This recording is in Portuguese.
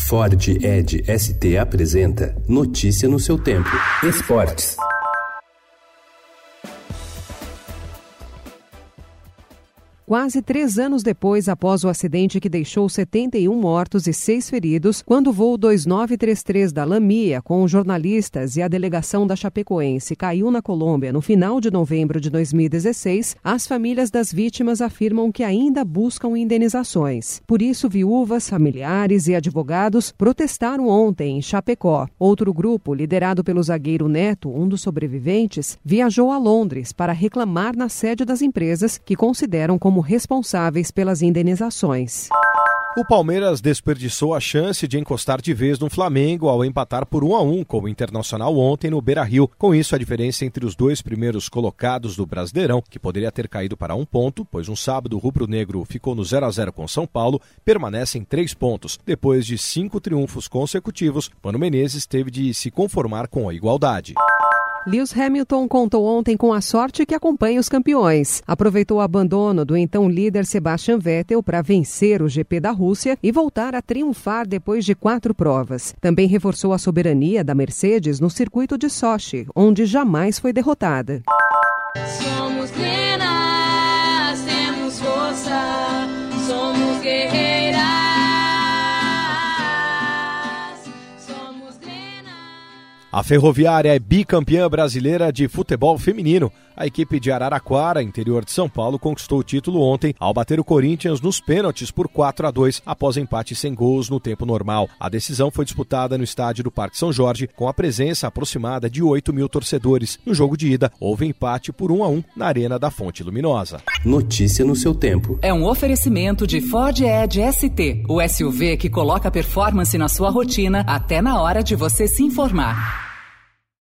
Ford Edge ST apresenta Notícia no seu tempo. Esportes. Quase 3 anos depois, após o acidente que deixou 71 mortos e 6 feridos, quando o voo 2933 da Lamia, com jornalistas e a delegação da Chapecoense, caiu na Colômbia no final de novembro de 2016, as famílias das vítimas afirmam que ainda buscam indenizações. Por isso, viúvas, familiares e advogados protestaram ontem em Chapecó. Outro grupo, liderado pelo zagueiro Neto, um dos sobreviventes, viajou a Londres para reclamar na sede das empresas que consideram como responsáveis pelas indenizações. O Palmeiras desperdiçou a chance de encostar de vez no Flamengo ao empatar por 1-1 com o Internacional ontem no Beira-Rio. Com isso, a diferença entre os 2 primeiros colocados do Brasileirão, que poderia ter caído para 1 ponto, pois no sábado o rubro-negro ficou no 0-0 com São Paulo, permanece em 3 pontos. Depois de 5 triunfos consecutivos, Mano Menezes teve de se conformar com a igualdade. Lewis Hamilton contou ontem com a sorte que acompanha os campeões. Aproveitou o abandono do então líder Sebastian Vettel para vencer o GP da Rússia e voltar a triunfar depois de 4 provas. Também reforçou a soberania da Mercedes no circuito de Sochi, onde jamais foi derrotada. Somos plenas, temos força, somos guerreiras. A Ferroviária é bicampeã brasileira de futebol feminino. A equipe de Araraquara, interior de São Paulo, conquistou o título ontem ao bater o Corinthians nos pênaltis por 4-2 após empate sem gols no tempo normal. A decisão foi disputada no estádio do Parque São Jorge com a presença aproximada de 8 mil torcedores. No jogo de ida, houve empate por 1-1 na Arena da Fonte Luminosa. Notícia no seu tempo. É um oferecimento de Ford Edge ST, o SUV que coloca performance na sua rotina até na hora de você se informar.